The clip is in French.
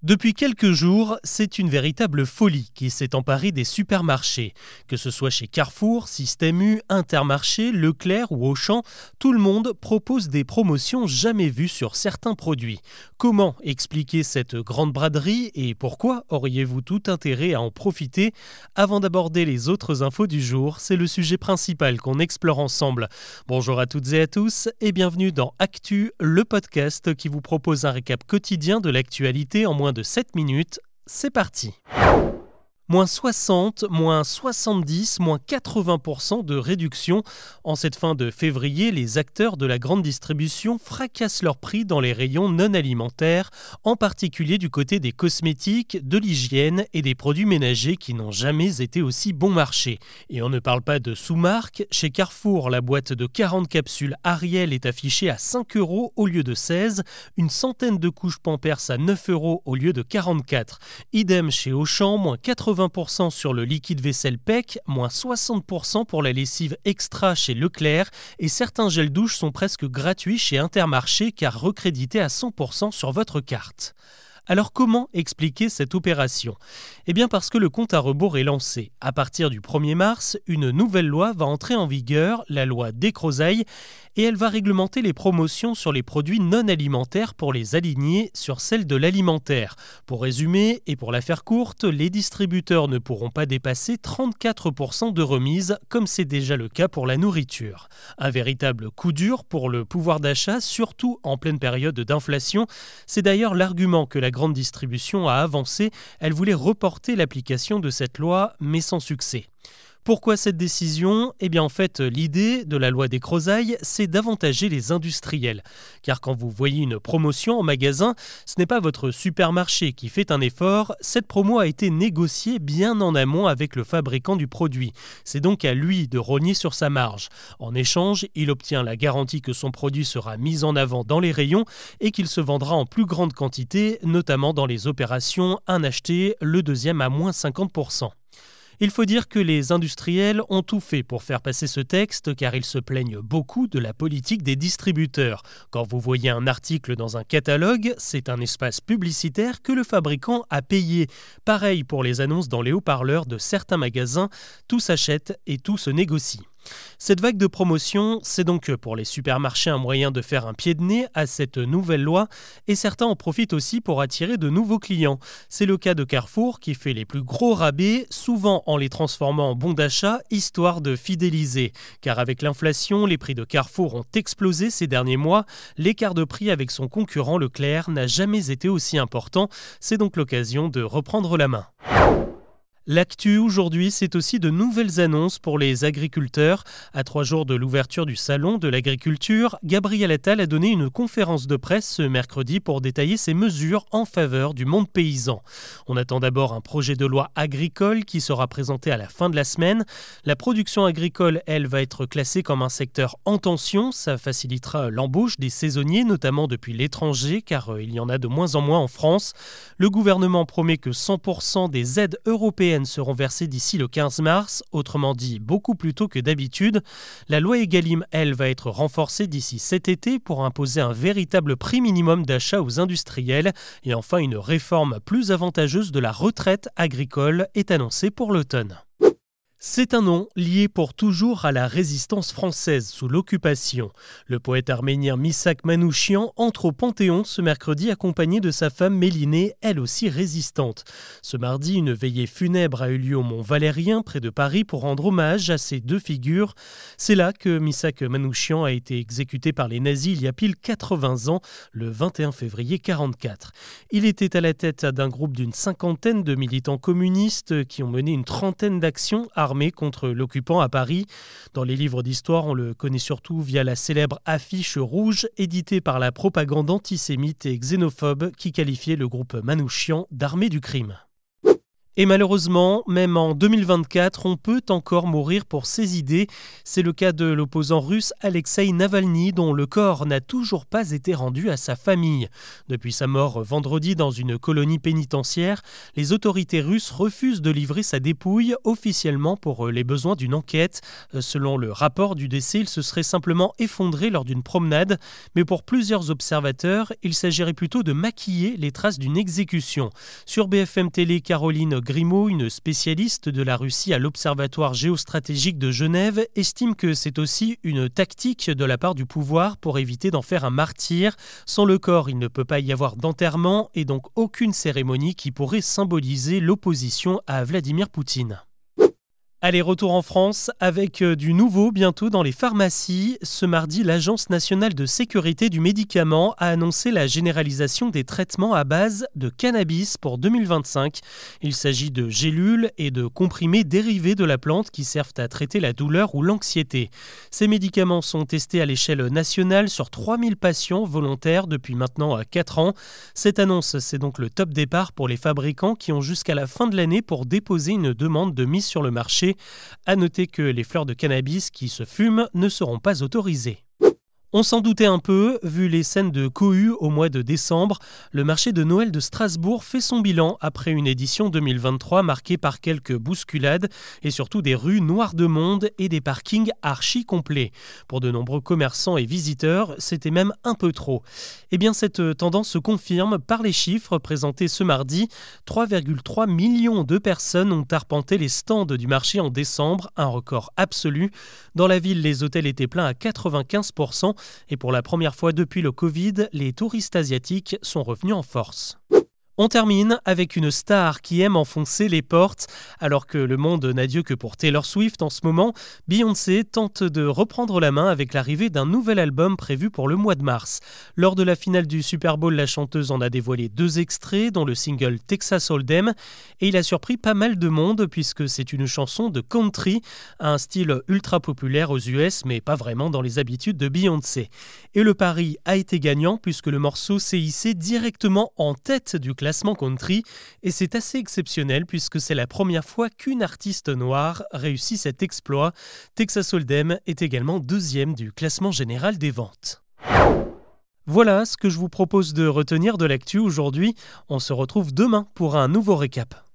Depuis quelques jours, c'est une véritable folie qui s'est emparée des supermarchés. Que ce soit chez Carrefour, Système U, Intermarché, Leclerc ou Auchan, tout le monde propose des promotions jamais vues sur certains produits. Comment expliquer cette grande braderie et pourquoi auriez-vous tout intérêt à en profiter? Avant d'aborder les autres infos du jour, c'est le sujet principal qu'on explore ensemble. Bonjour à toutes et à tous et bienvenue dans Actu, le podcast qui vous propose un récap quotidien de l'actualité en moins de 7 minutes, c'est parti. Moins 60, moins 70, moins 80% de réduction. En cette fin de février, les acteurs de la grande distribution fracassent leurs prix dans les rayons non alimentaires, en particulier du côté des cosmétiques, de l'hygiène et des produits ménagers qui n'ont jamais été aussi bon marché. Et on ne parle pas de sous-marques. Chez Carrefour, la boîte de 40 capsules Ariel est affichée à 5 € au lieu de 16, une centaine de couches Pampers à 9 € au lieu de 44. Idem chez Auchan, moins 80% sur le liquide vaisselle PEC, moins 60% pour la lessive extra chez Leclerc et certains gels douche sont presque gratuits chez Intermarché car recrédités à 100% sur votre carte. Alors comment expliquer cette opération? Eh bien parce que le compte à rebours est lancé. À partir du 1er mars, une nouvelle loi va entrer en vigueur, la loi Descrozaille, et elle va réglementer les promotions sur les produits non alimentaires pour les aligner sur celles de l'alimentaire. Pour résumer, et pour la faire courte, les distributeurs ne pourront pas dépasser 34% de remise, comme c'est déjà le cas pour la nourriture. Un véritable coup dur pour le pouvoir d'achat, surtout en pleine période d'inflation. C'est d'ailleurs l'argument que la grande distribution a avancé. Elle voulait reporter l'application de cette loi, mais sans succès. Pourquoi cette décision? Eh bien en fait, l'idée de la loi Descrozaille, c'est d'avantager les industriels. Car quand vous voyez une promotion en magasin, ce n'est pas votre supermarché qui fait un effort, cette promo a été négociée bien en amont avec le fabricant du produit. C'est donc à lui de rogner sur sa marge. En échange, il obtient la garantie que son produit sera mis en avant dans les rayons et qu'il se vendra en plus grande quantité, notamment dans les opérations un acheté, le deuxième à moins 50%. Il faut dire que les industriels ont tout fait pour faire passer ce texte car ils se plaignent beaucoup de la politique des distributeurs. Quand vous voyez un article dans un catalogue, c'est un espace publicitaire que le fabricant a payé. Pareil pour les annonces dans les haut-parleurs de certains magasins, tout s'achète et tout se négocie. Cette vague de promotion, c'est donc pour les supermarchés un moyen de faire un pied de nez à cette nouvelle loi et certains en profitent aussi pour attirer de nouveaux clients. C'est le cas de Carrefour qui fait les plus gros rabais, souvent en les transformant en bons d'achat, histoire de fidéliser. Car avec l'inflation, les prix de Carrefour ont explosé ces derniers mois. L'écart de prix avec son concurrent Leclerc n'a jamais été aussi important. C'est donc l'occasion de reprendre la main. L'actu aujourd'hui, c'est aussi de nouvelles annonces pour les agriculteurs. À 3 jours de l'ouverture du salon de l'agriculture, Gabriel Attal a donné une conférence de presse ce mercredi pour détailler ses mesures en faveur du monde paysan. On attend d'abord un projet de loi agricole qui sera présenté à la fin de la semaine. La production agricole, elle, va être classée comme un secteur en tension. Ça facilitera l'embauche des saisonniers, notamment depuis l'étranger, car il y en a de moins en moins en France. Le gouvernement promet que 100% des aides européennes seront versées d'ici le 15 mars, autrement dit beaucoup plus tôt que d'habitude. La loi Egalim, elle, va être renforcée d'ici cet été pour imposer un véritable prix minimum d'achat aux industriels. Et enfin, une réforme plus avantageuse de la retraite agricole est annoncée pour l'automne. C'est un nom lié pour toujours à la résistance française sous l'occupation. Le poète arménien Misak Manouchian entre au Panthéon ce mercredi accompagné de sa femme Mélinée, elle aussi résistante. Ce mardi, une veillée funèbre a eu lieu au Mont Valérien, près de Paris, pour rendre hommage à ces deux figures. C'est là que Misak Manouchian a été exécuté par les nazis il y a pile 80 ans, le 21 février 1944. Il était à la tête d'un groupe d'une cinquantaine de militants communistes qui ont mené une trentaine d'actions armée contre l'occupant à Paris. Dans les livres d'histoire, on le connaît surtout via la célèbre affiche rouge éditée par la propagande antisémite et xénophobe qui qualifiait le groupe Manouchian d'armée du crime. Et malheureusement, même en 2024, on peut encore mourir pour ses idées. C'est le cas de l'opposant russe Alexeï Navalny, dont le corps n'a toujours pas été rendu à sa famille. Depuis sa mort vendredi dans une colonie pénitentiaire, les autorités russes refusent de livrer sa dépouille officiellement pour les besoins d'une enquête. Selon le rapport du décès, il se serait simplement effondré lors d'une promenade, mais pour plusieurs observateurs, il s'agirait plutôt de maquiller les traces d'une exécution. Sur BFM Télé, Caroline Grimaud, une spécialiste de la Russie à l'Observatoire géostratégique de Genève, estime que c'est aussi une tactique de la part du pouvoir pour éviter d'en faire un martyr. Sans le corps, il ne peut pas y avoir d'enterrement et donc aucune cérémonie qui pourrait symboliser l'opposition à Vladimir Poutine. Allez, retour en France avec du nouveau bientôt dans les pharmacies. Ce mardi, l'Agence nationale de sécurité du médicament a annoncé la généralisation des traitements à base de cannabis pour 2025. Il s'agit de gélules et de comprimés dérivés de la plante qui servent à traiter la douleur ou l'anxiété. Ces médicaments sont testés à l'échelle nationale sur 3000 patients volontaires depuis maintenant 4 ans. Cette annonce, c'est donc le top départ pour les fabricants qui ont jusqu'à la fin de l'année pour déposer une demande de mise sur le marché. À noter que les fleurs de cannabis qui se fument ne seront pas autorisées. On s'en doutait un peu, vu les scènes de cohue au mois de décembre. Le marché de Noël de Strasbourg fait son bilan après une édition 2023 marquée par quelques bousculades et surtout des rues noires de monde et des parkings archi complets. Pour de nombreux commerçants et visiteurs, c'était même un peu trop. Eh bien, cette tendance se confirme par les chiffres présentés ce mardi. 3,3 millions de personnes ont arpenté les stands du marché en décembre, un record absolu. Dans la ville, les hôtels étaient pleins à 95%. Et pour la première fois depuis le Covid, les touristes asiatiques sont revenus en force. On termine avec une star qui aime enfoncer les portes. Alors que le monde n'a Dieu que pour Taylor Swift en ce moment, Beyoncé tente de reprendre la main avec l'arrivée d'un nouvel album prévu pour le mois de mars. Lors de la finale du Super Bowl, la chanteuse en a dévoilé 2 extraits, dont le single Texas Hold'em. Et il a surpris pas mal de monde puisque c'est une chanson de country, un style ultra populaire aux US, mais pas vraiment dans les habitudes de Beyoncé. Et le pari a été gagnant puisque le morceau s'est hissé directement en tête du classement country, et c'est assez exceptionnel puisque c'est la première fois qu'une artiste noire réussit cet exploit. Texas Hold'em est également 2e du classement général des ventes. Voilà ce que je vous propose de retenir de l'actu aujourd'hui. On se retrouve demain pour un nouveau récap.